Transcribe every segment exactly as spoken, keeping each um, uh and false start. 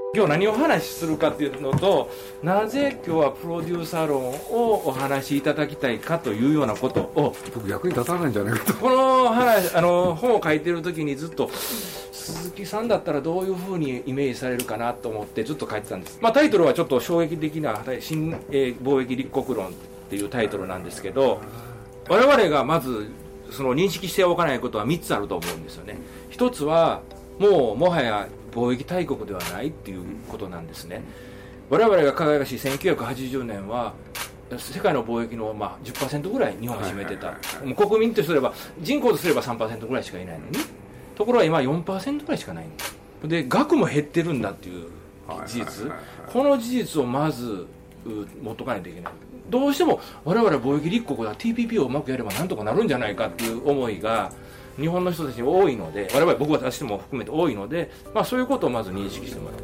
今日何をお話しするかっていうのと、なぜ今日はプロデューサー論をお話しいただきたいかというようなことを、 僕役に立たないんじゃないかと。 この話、あの本を書いてる時にずっと鈴木さんだったらどういうふうにイメージされるかなと思ってずっと書いてたんです。まあ、タイトルはちょっと衝撃的な新、えー、貿易立国論っていうタイトルなんですけど、我々がまずその認識しておかないことはみっつあると思うんですよね。一つはもうもはや貿易大国ではないっていうことなんですね。我々が輝かしいせんきゅうひゃくはちじゅうねんは世界の貿易のまあ じゅっパーセント ぐらい日本が占めてた、もう国民とすれば人口とすれば さんパーセント ぐらいしかいないのに、ところが今 よんパーセント ぐらいしかないんで、額も減ってるんだっていう事実、この事実をまず持っとかないといけない。どうしても我々は貿易立国だ ティーピーピー をうまくやればなんとかなるんじゃないかっていう思いが日本の人たちに多いので、我々僕私も含めて多いので、まあ、そういうことをまず認識してもら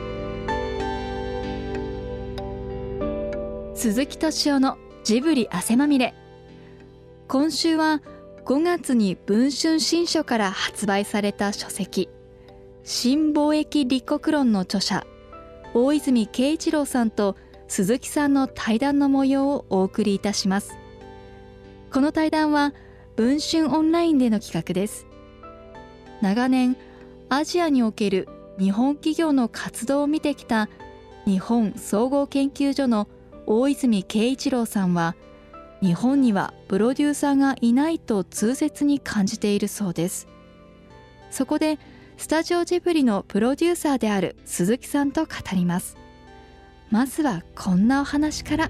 う。鈴木敏夫のジブリ汗まみれ。今週はごがつに文春新書から発売された書籍新貿易立国論の著者大泉慶一郎さんと鈴木さんの対談の模様をお送りいたします。この対談は文春オンラインでの企画です。長年アジアにおける日本企業の活動を見てきた日本総合研究所の大泉慶一郎さんは、日本にはプロデューサーがいないと痛切に感じているそうです。そこでスタジオジブリのプロデューサーである鈴木さんと語ります。まずはこんなお話から。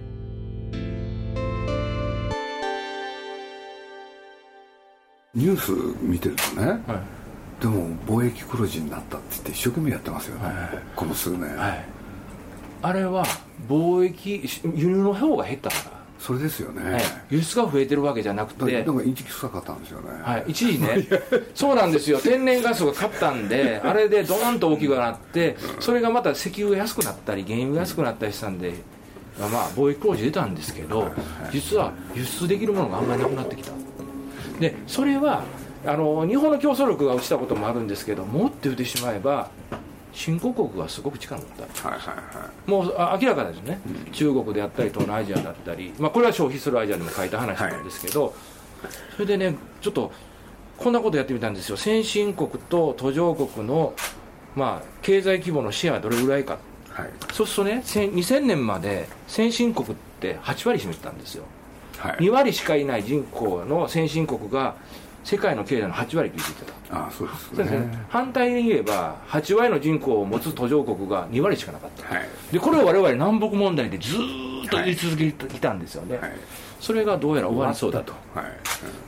ニュース見てるとね、 はい、 でも貿易黒字になったって言って一生懸命やってますよね、はい、この数年、はい、 あれは貿易輸入の方が減ったから、 それですよね、 はい、輸出が増えてるわけじゃなくて、 なんか一時臭かったんですよね、 はい、一時ねそうなんですよ、天然ガスが勝ったんであれでドーンと大きくなって、それがまた石油が安くなったり原油が安くなったりしたんで、まあ、貿易黒字出たんですけど、実は輸出できるものがあんまりなくなってきた。でそれはあの日本の競争力が落ちたこともあるんですけど、もっと言ってしまえば新興国がすごく力を持った、はいはいはい、もう明らかですね、うん、中国であったり東南アジアだったり、まあ、これは消費するアジアでも書いた話なんですけど、はい、それでねちょっとこんなことやってみたんですよ。先進国と途上国の、まあ、経済規模のシェアはどれぐらいか、はい、そうするとねにせんねんまで先進国ってはちわり占めてたんですよ、はい、にわりしかいない人口の先進国が世界の経済のはちわり築いてた。 ああそうですね。そうですね。 反対に言えばはちわりの人口を持つ途上国がにわりしかなかった、はい、でこれを我々南北問題でずーっと言い続けてきたんですよね、はい、それがどうやら終わりそうだと、はい、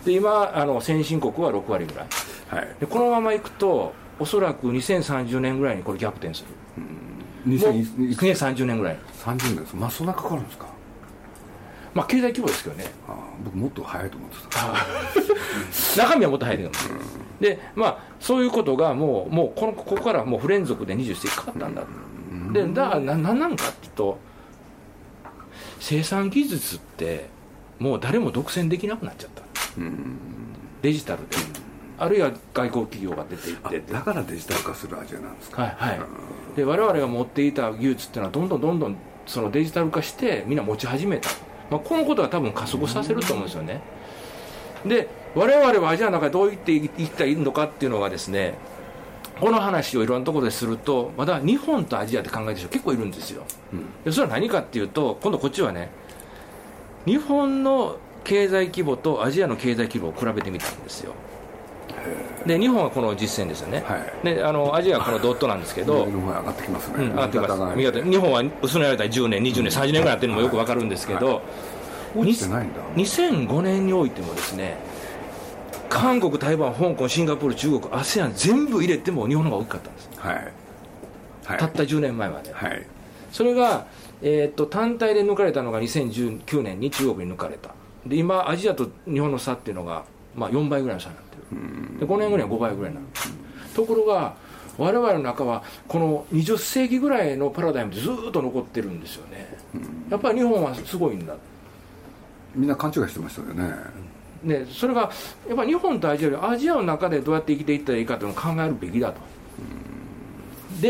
で今あの先進国はろくわりぐらい、はい、でこのままいくとおそらくにせんさんじゅうねんぐらいにこれ逆転する。うん、にせんさんじゅうねんぐらい。 さんじゅうねんです。まあそんなかかるんですか。 まあ、経済規模ですけどね。 ああ僕もっと早いと思ってた中身はもっと早いけど、うん、でまあそういうことがもう、もうこのここからもう不連続でにじゅっせいきかかったんだ、うん、でだから何なんかっていうと、生産技術ってもう誰も独占できなくなっちゃった、うん、デジタルで、あるいは外国企業が出ていってだからデジタル化するアジアなんですか。 はいはい、うん、で我々が持っていた技術っていうのはどんどんどんどんそのデジタル化してみんな持ち始めた。まあ、このことは多分加速させると思うんですよね。で我々はアジアの中でどう言っていったらいいのかっていうのがですね、この話をいろんなところでするとまだ日本とアジアって考えてる人結構いるんですよ、うん、でそれは何かっていうと、今度こっちはね日本の経済規模とアジアの経済規模を比べてみたんですよ。で日本はこの実践ですよね、はい、であのアジアはこのドットなんですけど、 日本は上がってきますね、 うん、上がってきます。日本は薄のやれたらじゅうねんにじゅうねんさんじゅうねんぐらいやってるのもよく分かるんですけど、はいはい、 落ちてないんだ。 にせんごねんにおいてもですね、韓国、台湾、香港、シンガポール、中国、アセアン全部入れても日本の方が大きかったんです、はいはい、たったじゅうねんまえまで、はい、それが、えー、っと単体で抜かれたのがにせんじゅうきゅうねんに中国に抜かれた。で今アジアと日本の差っていうのが、まあ、よんばいぐらいの差になってる。でごねんごにはごばいぐらいになる。ところが我々の中はこのにじゅっせいきぐらいのパラダイムでずっと残ってるんですよね。やっぱり日本はすごいんだ。 みんな勘違いしてましたよね。 でそれがやっぱり日本とアジアよりアジアの中でどうやって生きていったらいいかというのを考えるべきだと。で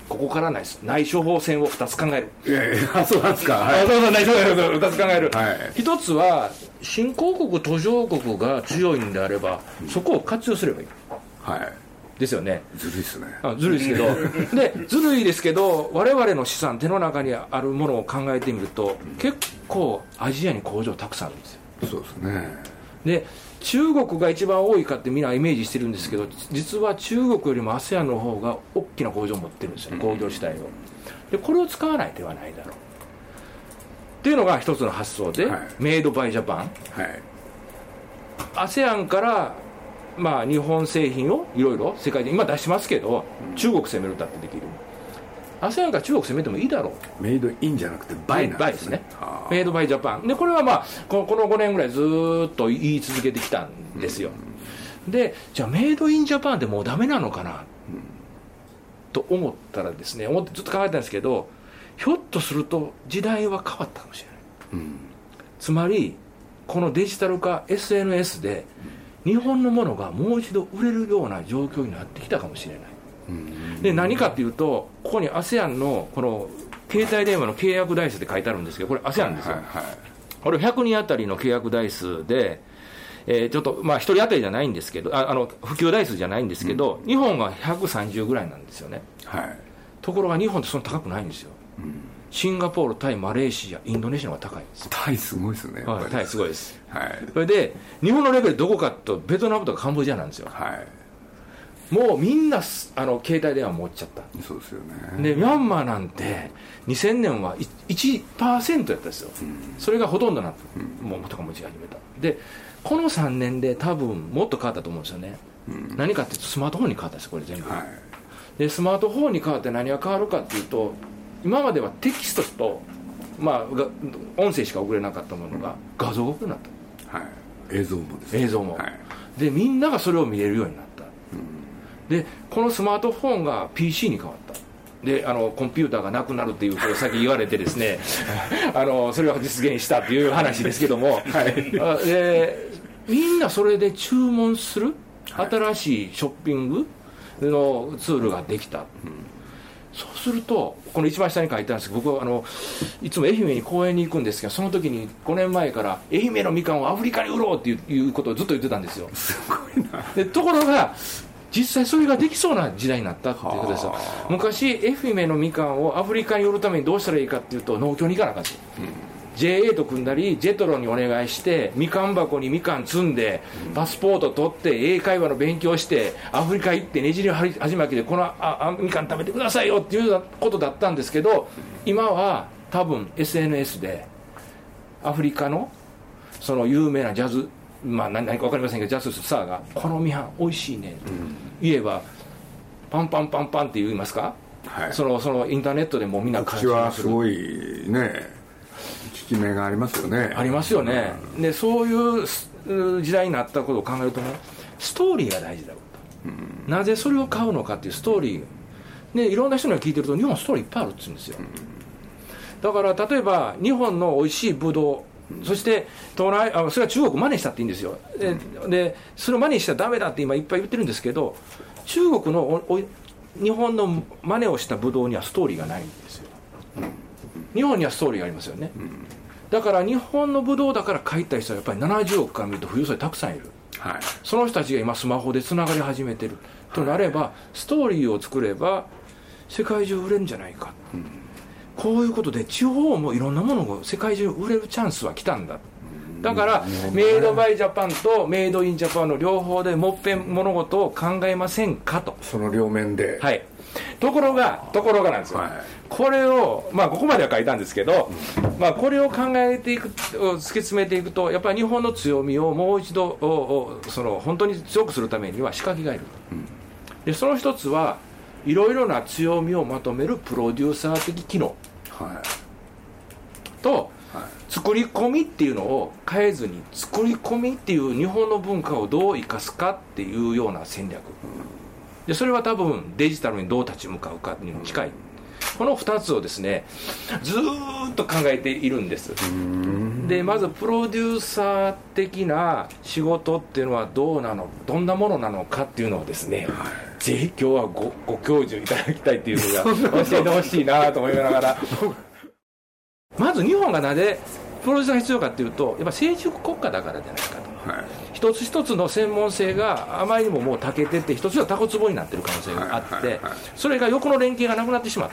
ここからない内処方箋をふたつ考える。 いやいや、そうなんですか。はい、 あ、そうそう、内処方箋をふたつ考える。 はい、 一つは新興国途上国が強いんであれば、うん、そこを活用すればいい。 はい。 ですよね。 ずるいですね。 あ、ずるいですけどでずるいですけど、我々の資産、手の中にあるものを考えてみると、うん、結構アジアに工場たくさんあるんですよ。 そうですね。 で中国が一番多いかってみんなイメージしてるんですけど、実は中国よりも アセアン の方が大きな工場を持ってるんですよ、工業主体を。でこれを使わない手はないだろうっていうのが一つの発想で、はい、メイドバイジャパン、はい、アセアン からまあ日本製品をいろいろ世界で今出しますけど、うん、中国攻めるだってできる。アセアン から中国攻めてもいいだろう。 メイドインじゃなくてバイなんですね。 バイですね。メイドバイジャパンで、これはまあこのごねんぐらいずっと言い続けてきたんですよ、うん、でじゃあメイドインジャパンってもうダメなのかな、うん、と思ったらですね、思ってずっと考えたんですけど、ひょっとすると時代は変わったかもしれない、うん、つまりこのデジタル化 エスエヌエス で日本のものがもう一度売れるような状況になってきたかもしれない。で何かっていうと、ここに アセアン のこの携帯電話の契約台数って書いてあるんですけど、これ アセアン ですよ、はいはいはい、これひゃくにんあたりの契約台数で、えー、ちょっとまあひとり当たりじゃないんですけど、ああの普及台数じゃないんですけど、うん、日本がひゃくさんじゅうぐらいなんですよね、はい、ところが日本ってそんな高くないんですよ、うん、シンガポール、タイ、マレーシア、インドネシアの方が高いんですよ。 タイすごいですね、 はい、タイすごいです、 はい、 それで日本のレベルどこかとベトナムとかカンボジアなんですよ、はい、もうみんなあの携帯電話持っちゃった。 そうですよね。 でミャンマーなんてにせんねんはいちパーセントやったんですよ、うん、それがほとんどなって、うん、もうとか持ち始めた。でこのさんねんで多分もっと変わったと思うんですよね、うん、何かっていうとスマートフォンに変わったんですこれ全部、はい、でスマートフォンに変わって何が変わるかっていうと、今まではテキストと、まあ、音声しか送れなかったものが画像が送るようになった、 はい、映像もですね。 映像も、はい、でみんながそれを見れるようになった、うん、でこのスマートフォンが ピーシー に変わった。であのコンピューターがなくなるっていうことをさっき言われてですねあのそれを実現したっていう話ですけども、はい、でみんなそれで注文する新しいショッピングのツールができた、うん、そうするとこの一番下に書いてあるんですけど、僕はあのいつも愛媛に公園に行くんですけど、その時にごねんまえから愛媛のみかんをアフリカに売ろうっていう、いうことをずっと言ってたんですよ。 すごいな。 でところが実際それができそうな時代になったっていうことですよ。昔愛媛のみかんをアフリカに売るためにどうしたらいいかっていうと、農協に行かなあかんですよ、うん、ジェーエー と組んだりジェトロにお願いしてみかん箱にみかん積んで、うん、パスポート取って英会話の勉強してアフリカ行ってねじり鉢巻きでこのああみかん食べてくださいよっていうことだったんですけど、今は多分 エスエヌエス でアフリカのその有名なジャズ、まあ、何か分かりませんけどジャズスターがこのみはんおいしいねと言えば、パンパンパンパンって言いますか、はい、そのそのインターネットでもみんな口はすごいね効き目がありますよね。 ありますよね、うん、でそういう時代になったことを考えるとね、ストーリーが大事だろうと、うん、なぜそれを買うのかっていうストーリーで、いろんな人に聞いてると日本ストーリーいっぱいあるって言うんですよ、うん、だから例えば日本の美味しいブドウ、そして東南あそれは中国真似したっていいんですよ。で、でそれを真似しちゃダメだって今いっぱい言ってるんですけど、中国のおお日本の真似をしたブドウにはストーリーがないんですよ。日本にはストーリーがありますよね。だから日本のブドウだから買いたい人はやっぱりななじゅうおくから見ると富裕層にたくさんいる、はい、その人たちが今スマホでつながり始めてるとなれば、はい、ストーリーを作れば世界中売れるんじゃないか、うん、こういうことで地方もいろんなものが世界中売れるチャンスは来たんだ。だからメイドバイジャパンとメイドインジャパンの両方でもっぺん物事を考えませんかと。 その両面で、 はい、ところがところがなんですよ、はい、これをまあここまでは書いたんですけど、まあこれを考えていく、突き詰めていくと、やっぱり日本の強みをもう一度その本当に強くするためには仕掛けがいる、うん、でその一つはいろいろな強みをまとめるプロデューサー的機能、はい、と作り込みっていうのを変えずに、作り込みっていう日本の文化をどう生かすかっていうような戦略で、それは多分デジタルにどう立ち向かうかに近い。このふたつをですねずーっと考えているんです。でまずプロデューサー的な仕事っていうのはどうなの、どんなものなのかっていうのをですね、 ぜひ今日は ご, ご教授いただきたいっていうのが教えてほしいなと思いながらまず日本がなぜプロデューサーが必要かっていうと、やっぱ成熟国家だからじゃないかと、はい、一つ一つの専門性があまりにももう長けてて、一つはタコツボになってる可能性があって、はいはいはい、それが横の連携がなくなってしまった。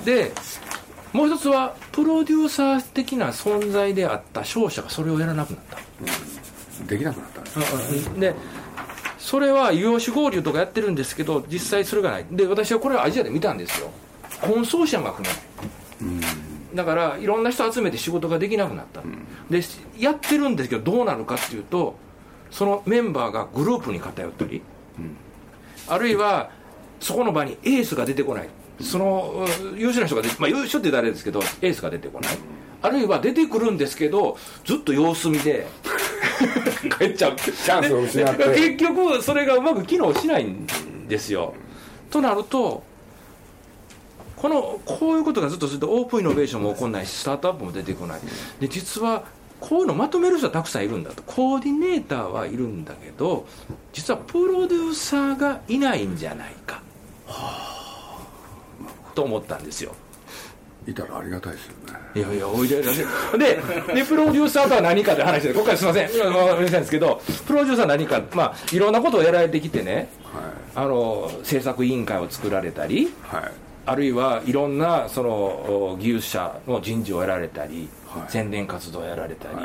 でもう一つはプロデューサー的な存在であった商社がそれをやらなくなった、 うん、できなくなったんです、 うん、でそれは異業種合流とかやってるんですけど、実際それがない。で私はこれはアジアで見たんですよ。コンソーシアムが組めない、うん、だからいろんな人集めて仕事ができなくなった、うん、でやってるんですけどどうなるかっていうと、そのメンバーがグループに偏ったり、うん、あるいはそこの場にエースが出てこない、その優秀な人が出て、まあ、優秀って誰ですけどエースが出てこない、あるいは出てくるんですけどずっと様子見で帰っちゃう、チャンスを失って結局それがうまく機能しないんですよ。となるとこのこういうことがずっとするとオープンイノベーションも起こらないし、スタートアップも出てこない。で実はこういうのまとめる人はたくさんいるんだと、コーディネーターはいるんだけど実はプロデューサーがいないんじゃないか、はあ、と思ったんですよ。 いたらありがたいですよね。 いやいやおいででででプロデューサーとは何かという話で、今回すいません分かりませんですけど、プロデューサーは何か、まあいろんなことをやられてきてね、はい、あの制作委員会を作られたり、はい、あるいはいろんなその技術者の人事をやられたり、はい、宣伝活動をやられたり、はい、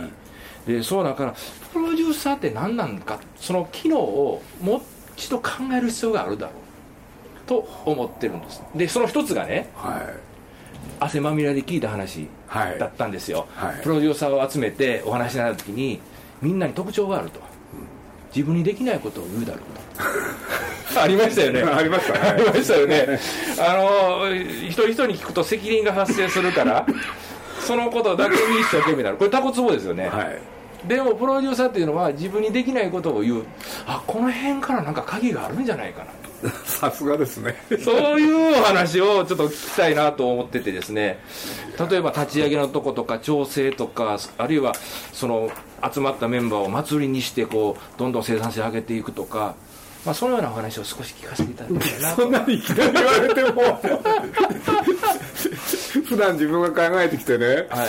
でそうだからプロデューサーって何なんか、その機能をもう一度考える必要があるだろうと思ってるんです。でその一つがね、はい、汗まみれで聞いた話だったんですよ、はいはい、プロデューサーを集めてお話しになった時に、みんなに特徴があると、自分にできないことを言うだろうとありましたよねありましたねありましたよねあの一人一人に聞くと責任が発生するからそのことだけに一生懸命になる、これタコツボですよね、はい、でもプロデューサーっていうのは自分にできないことを言う、あこの辺からなんか鍵があるんじゃないかなさすがですねそういうお話をちょっと聞きたいなと思っててですね、例えば立ち上げのとことか調整とか、あるいはその集まったメンバーを祭りにしてこうどんどん生産性を上げていくとか、まあ、そのようなお話を少し聞かせていただきたいなと。 そんなにいきなり言われても普段自分が考えてきてね、はい、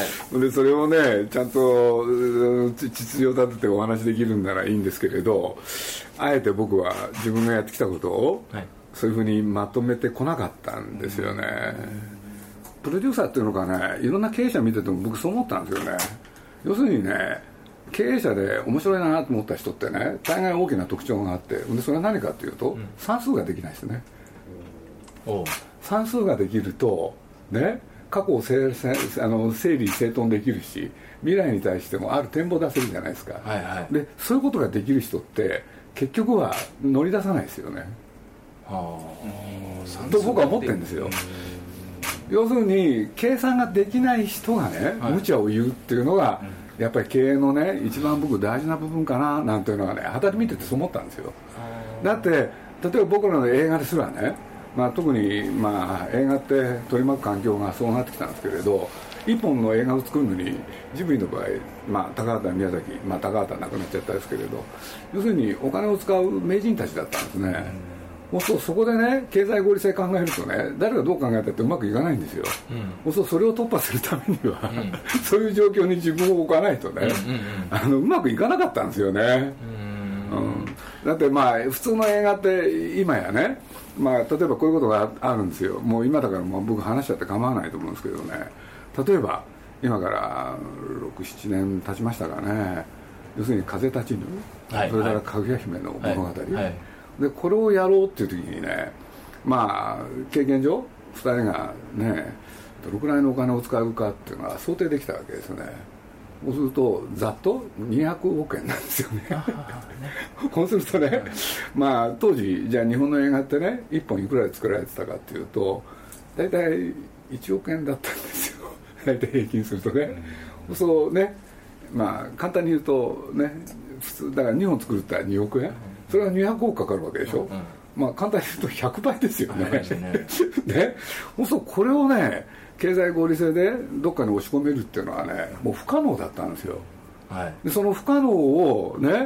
でそれをねちゃんと秩序を立ててお話できるんならいいんですけれど、あえて僕は自分がやってきたことを、はい、そういうふうにまとめてこなかったんですよね。プロデューサーっていうのかね、いろんな経営者見てても僕そう思ったんですよね。要するにね、経営者で面白いなと思った人ってね、大概大きな特徴があって、でそれは何かというと、うん、算数ができないですね。お算数ができるとね、過去を整あの整理整頓できるし、未来に対してもある展望出せるじゃないですか、はいはい、でそういうことができる人って結局は乗り出さないですよね、はあ、と僕は思ってるんですよ。要するに計算ができない人がね、はい、無茶を言うっていうのが、うん、やっぱり経営のね一番僕大事な部分かななんていうのがね、旗で見ててそう思ったんですよ。だって例えば僕らの映画ですらね、まあ、特に、まあ、映画って取り巻く環境がそうなってきたんですけれど、一本の映画を作るのにジブリの場合、まあ、高畑宮崎、まあ、高畑は亡くなっちゃったですけれど、要するにお金を使う名人たちだったんですね。もうそうそこでね経済合理性考えるとね、誰がどう考えたってうまくいかないんですよ、うん、そうそれを突破するためには、うん、そういう状況に自分を置かないとね、うんうんうん、あのうまくいかなかったんですよね、うんうん、だってまあ普通の映画って今やね、まあ、例えばこういうことがあるんですよ。もう今だからもう僕話しちゃって構わないと思うんですけどね、例えば今からろく、ななねん経ちましたかね、要するに風立ちぬ、はい、それからかぐや姫の物語、はいはい、でこれをやろうっていう時にね、まあ経験上ふたりがねどのくらいのお金を使うかっていうのは想定できたわけですよね。そうするとざっとにひゃくおくえんなんですよねそうするとね、まあ当時じゃあ日本の映画ってねいっぽんいくらで作られてたかっていうと大体いちおくえんだったんですよ大体平均するとね、うん、そうね、まあ簡単に言うとね、普通だからにほん作るってにおくえん、それがにひゃくおくかかるわけでしょ、うんうん、まあ簡単に言うとひゃくばいですよね、ねね、そうこれをね経済合理性でどっかに押し込めるっていうのはねもう不可能だったんですよ、はい、でその不可能をね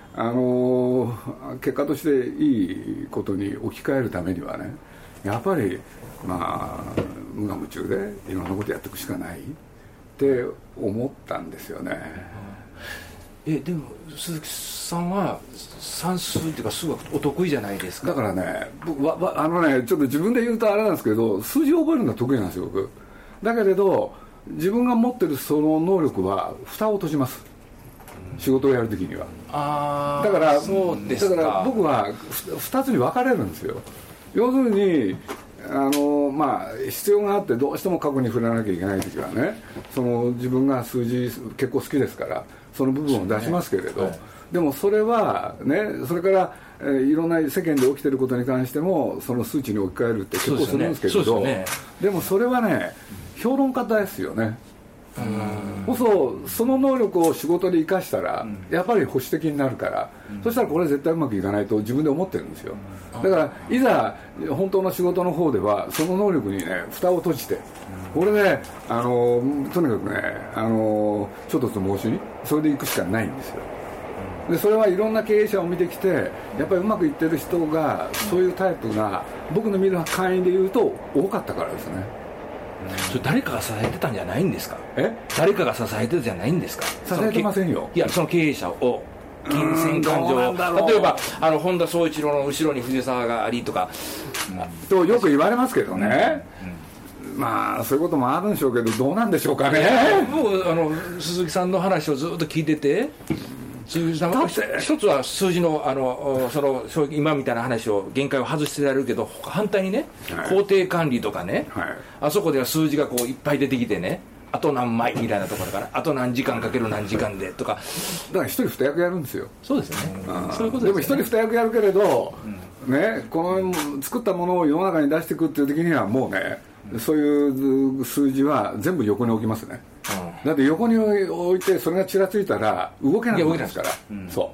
あの結果としていいことに置き換えるためにはね、やっぱりまあ無我夢中でいろんなことやっていくしかないって思ったんですよね。 えでも鈴木さんは算数っていうか数学お得意じゃないですか。 だからね、わわあのねちょっと自分で言うとあれなんですけど、数字を覚えるのは得意なんですよ僕。だけれど自分が持ってるその能力は蓋を閉じます、うん、仕事をやるときには。 あだからそうですか。 だから僕はふたつに分かれるんですよ。要するにあの、まあ、必要があってどうしても過去に触れなきゃいけないときはね、その自分が数字結構好きですからその部分を出しますけれど、で,、ねはい、でもそれはね、それから、えー、いろんな世間で起きていることに関してもその数値に置き換えるって結構するんですけれど、 で,、ねで, ね、でもそれはね評論家ですよね。うんそう、その能力を仕事で生かしたら、うん、やっぱり保守的になるから、うん、そしたらこれ絶対うまくいかないと自分で思ってるんですよ。だからいざ本当の仕事の方ではその能力にね蓋を閉じて、これねあのとにかくねあのちょっと申しにそれで行くしかないんですよ。でそれはいろんな経営者を見てきてやっぱりうまくいってる人がそういうタイプが僕の見る範囲で言うと多かったからですね。 それ誰かが支えてたんじゃないんですか。 え誰かが支えてたじゃないんですか。 支えてませんよ。 いやその経営者を金銭感情を、例えばあの本田宗一郎の後ろに藤沢がありとか、 うん、とよく言われますけどね、うんうん、まあそういうこともあるんでしょうけどどうなんでしょうかね。 もうあの鈴木さんの話をずっと聞いてて、鈴木さんは一つは数字のあのその今みたいな話を限界を外してられるけど、反対にね、はい、工程管理とかね、はい、あそこでは数字がこういっぱい出てきてね、あと何枚みたいなところからあと何時間かける何時間でとか、 だから一人二役やるんですよ。 そうですね、 うん、そういうことですね。でも一人二役やるけれど、うん、ね、この作ったものを世の中に出していくっていう時にはもうね、そういう数字は全部横に置きますね、うん、だって横に置いてそれがちらついたら動けなくなりますから、うん、そう、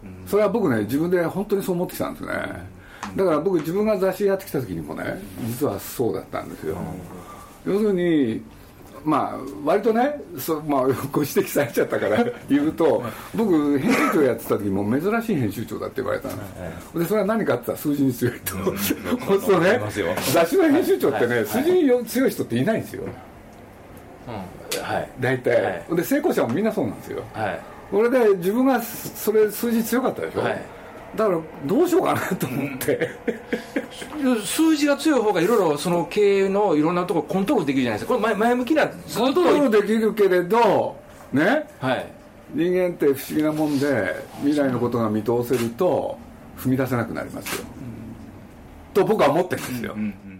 うん、それは僕ね自分で本当にそう思ってきたんですね、うん、だから僕自分が雑誌やってきた時にもね実はそうだったんですよ、うん、要するにまあ割とねそ、まあ、ご指摘されちゃったから言うと僕編集長やってた時も珍しい編集長だって言われたんです、でそれは何かって言ったら数字に強いと、うん、そうするとね雑誌の編集長ってね、はい、数字に強い人っていないんですよ、うん、はい、大体、はい、で成功者もみんなそうなんですよ、はい、これで自分がそれ数字強かったでしょ、はい、だからどうしようかなと思って数字が強い方がいろいろその経営のいろんなところコントロールできるじゃないですか。これ 前, 前向きなコントロールできるけれどね、はい、人間って不思議なもんで未来のことが見通せると踏み出せなくなりますよ、うん、と僕は思ってるんですよ、うんうん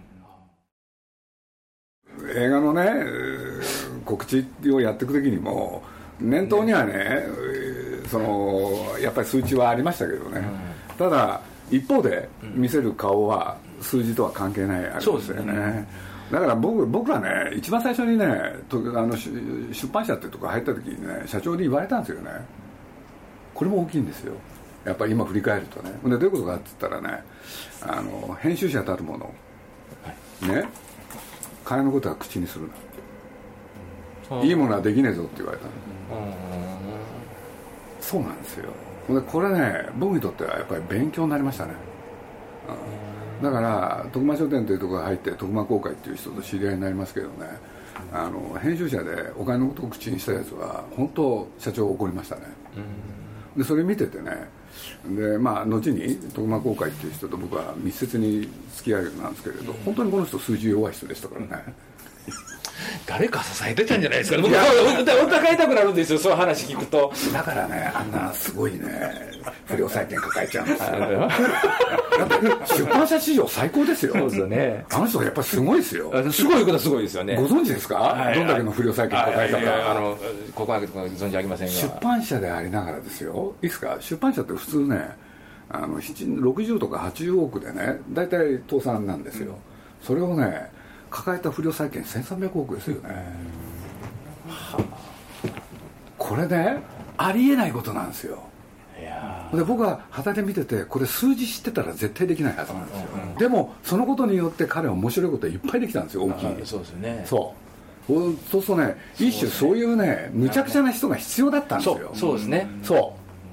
うん、映画のね告知をやっていく時にも念頭にはね、ね、そのやっぱり数値はありましたけどね、うん、ただ一方で見せる顔は数字とは関係ないあれですよね。そうですね。だから僕僕らね一番最初にねとあの出版社っていうとこ入った時にね社長に言われたんですよね。これも大きいんですよやっぱり今振り返るとね。でどういうことかって言ったらねあの編集者たるもの、はい、ね金のことは口にするな、いいものはできねえぞって言われたの、うん、そうなんですよ。でこれね僕にとってはやっぱり勉強になりましたね、うん、だから徳間書店というところが入って徳間公会っていう人と知り合いになりますけどね、あの編集者でお金のことを口にしたやつは本当社長怒りましたね、うん、でそれ見ててねで、まあ、後に徳間公会っていう人と僕は密接に付き合うようなんですけれど、本当にこの人数字弱い人でしたからね誰か支えてたんじゃないですかね。僕は疑いたくなるんですよそういう話聞くと。 だからねあんなすごいね不良債権抱えちゃうんですよだって出版社史上最高ですよ。 そうですよね。 あの人やっぱりすごいですよ。 すごいことはすごいですよね。 ご存知ですか、はい、どんだけの不良債権抱えたか。いやいやあのここは存じ上げませんが、 出版社でありながらですよ。いいですか、出版社って普通ねあのろくじゅうとかはちじゅうおくでね大体倒産なんですよ、うん、それをね抱えた不良債権せんさんびゃくおくですよね、はあ、これねありえないことなんですよ。いやで僕は旗で見ててこれ数字知ってたら絶対できないはずなんですよ、うんうん、でもそのことによって彼は面白いこといっぱいできたんですよ。大きい。 そうですよね。 そうそうするとね一種そういうねむちゃくちゃな人が必要だったんですよ。 そう、そうですね。 そ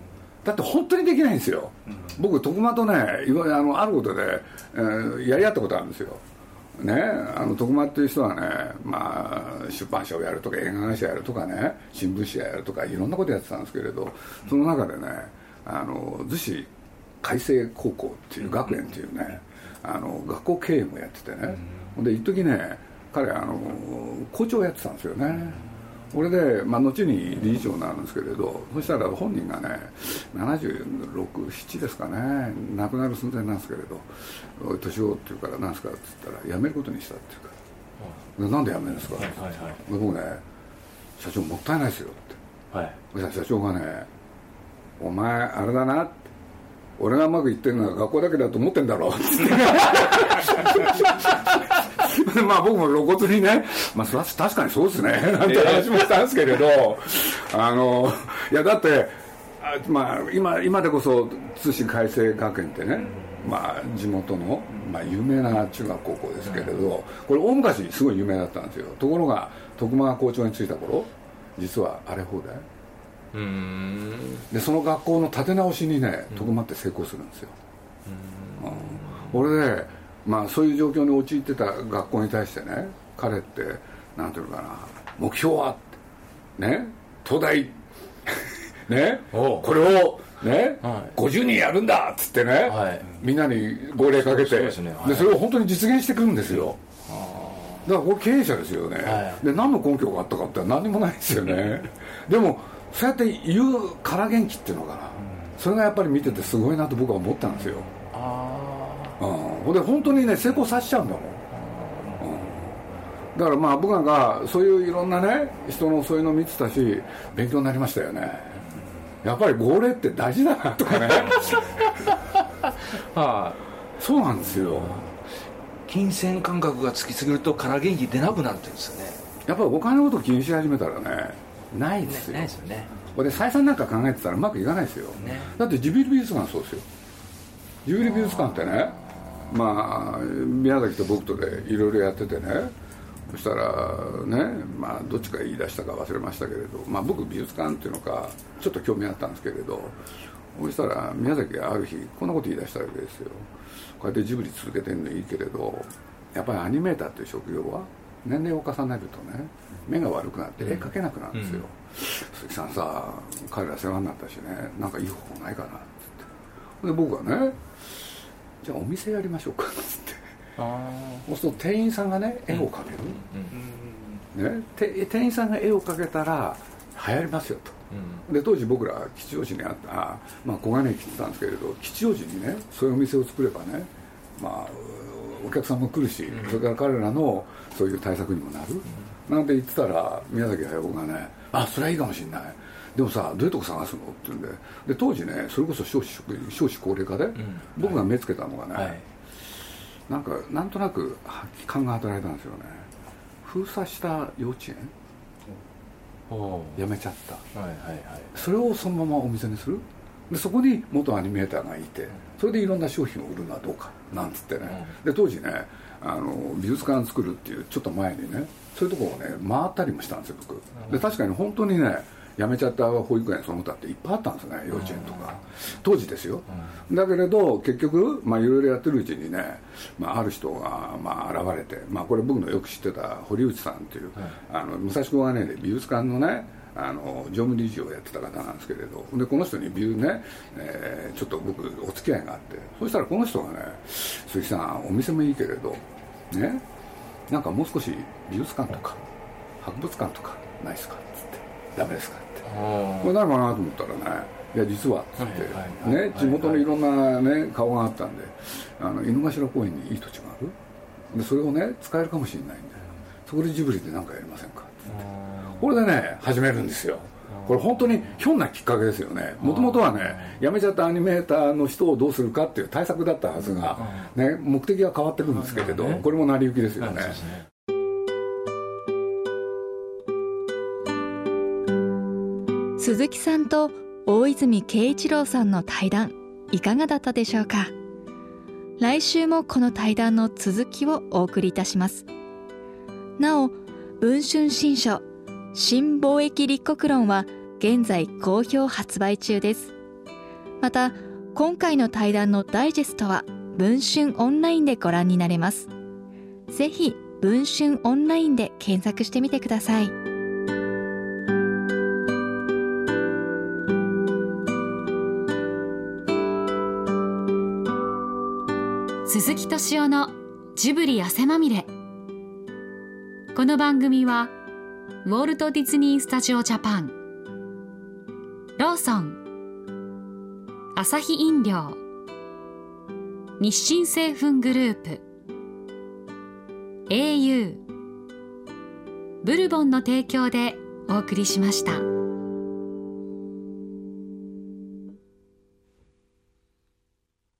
だって本当にできないんですよ、うん、僕徳間とねいわゆるあのあることで、えー、やり合ったことあるんですよね、あの徳間っていう人はね、まあ、出版社をやるとか映画会社やるとかね新聞社やるとかいろんなことやってたんですけれど、その中でねあの逗子開成高校っていう学園っていうね、あの学校経営もやっててね、で一時ね彼あの校長をやってたんですよね。これで、まあ、後に理事長になるんですけれど、そしたら本人がねななじゅうろく、ななですかね、亡くなる寸前なんですけれど、おい年をって言うから何ですかって言ったら辞めることにしたって言うから、なんで辞めるんですかって、はいはいはい、僕ね社長もったいないですよって、はい、そしたら社長がねお前あれだなって、俺がうまくいってるのは学校だけだと思ってんだろうってまあ僕も露骨にね、まあそれは確かにそうですねなんて話もしたんですけれど、あのいやだってあ、まあ、今, 今でこそ津市開成学園ってね、まあ、地元の、まあ、有名な中学高校ですけれど、これ大昔すごい有名だったんですよ。ところが徳間が校長に就いた頃実は荒れ放題うーんで、その学校の立て直しにね徳間って成功するんですよ。うん、俺で、まあ、そういう状況に陥ってた学校に対してね、彼ってなんていうのかな、目標はね東大ねこれをね、はい、ごじゅうにんやるんだっつってね、はい、みんなに号令かけて そ, う そ, う、ねはい、でそれを本当に実現してくるんですよ。だからこれ経営者ですよね、はい、で何の根拠があったかって何もないですよねでもそうやって言うから元気っていうのかな、うん、それがやっぱり見ててすごいなと僕は思ったんですよ。あ、うん、で本当にね成功させちゃうんだもん、うん、だからまあ僕なんかそういういろんなね人のそういうのを見てたし勉強になりましたよね。やっぱり号令って大事だなとかねはあ、そうなんですよ。 金銭感覚がつきすぎるとから元気出なくなるって言うんですよね。 やっぱりお金のことを気にし始めたらねないですよ。 ないですよね。 で採算なんか考えてたらうまくいかないですよ、ね、だってジブリ美術館そうですよ。ジブリ美術館ってね、まあ宮崎と僕とでいろいろやっててね、そしたらね、まあどっちか言い出したか忘れましたけれど、まあ僕美術館っていうのかちょっと興味あったんですけれど、そしたら宮崎がある日こんなこと言い出したわけですよ。こうやってジブリ続けてるのいいけれど、やっぱりアニメーターっていう職業は年齢を重ねるとね目が悪くなって絵描けなくなるんですよ、うん、鈴木さんさ彼ら世話になったしね、なんかいい方法ないかなって言って、で僕はねじゃあお店やりましょうかって言って、あそうすると店員さんがね絵を描ける、うんうん、ね、店員さんが絵を描けたら流行りますよと、うん、で当時僕ら吉祥寺にあった、まあ、小金井来てたんですけれど、吉祥寺にねそういうお店を作ればね、まあお客さんも来るし、うん、それから彼らのそういう対策にもなる、うん、なんて言ってたら宮崎駿がね、あそれはいいかもしれない、でもさどういうとこ探すのって言うんで、で当時ねそれこそ少子少子高齢化で、うん、僕が目つけたのがね、はい、なんかなんとなく勘が働いたんですよね。封鎖した幼稚園やめちゃった、はいはいはい、それをそのままお店にする、でそこに元アニメーターがいて、それでいろんな商品を売るのはどうかなんつってね、で当時ねあの美術館作るっていうちょっと前にねそういうところをね回ったりもしたんですよ僕で。確かに本当にね辞めちゃった保育園その他っていっぱいあったんですね、幼稚園とか当時ですよ。だけれど結局まあいろいろやってるうちにね、まあ、ある人がまあ現れて、まあ、これ僕のよく知ってた堀内さんっていう、あの武蔵小金井で美術館のねあの常務理事をやってた方なんですけれど、でこの人にビューね、えー、ちょっと僕お付き合いがあって、そしたらこの人がね鈴木さんお店もいいけれどね、なんかもう少し美術館とか博物館とかないですかっつって、ダメですかって、これなるかなと思ったらね、いや実はっつってね、地元のいろんなね顔があったんで、あの井の頭公園にいい土地があるで、それをね使えるかもしれないんで、そこでジブリで何かやりませんかって言って、これでね始めるんですよ。これ本当にひょんなきっかけですよね。もともとはね辞めちゃったアニメーターの人をどうするかっていう対策だったはずが、ね、目的が変わってくるんですけれど、これも成り行きですよね。 鈴木さんと大泉慶一郎さんの対談いかがだったでしょうか。来週もこの対談の続きをお送りいたします。なお文春新書新貿易立国論は現在好評発売中です。 また今回の対談のダイジェストは文春オンラインでご覧になれます。ぜひ文春オンラインで検索してみてください。 鈴木敏夫のジブリ汗まみれ。この番組はウォルト・ディズニー・スタジオ・ジャパン、ローソン、アサヒ飲料、日清製粉グループ、エーユー、ブルボンの提供でお送りしました。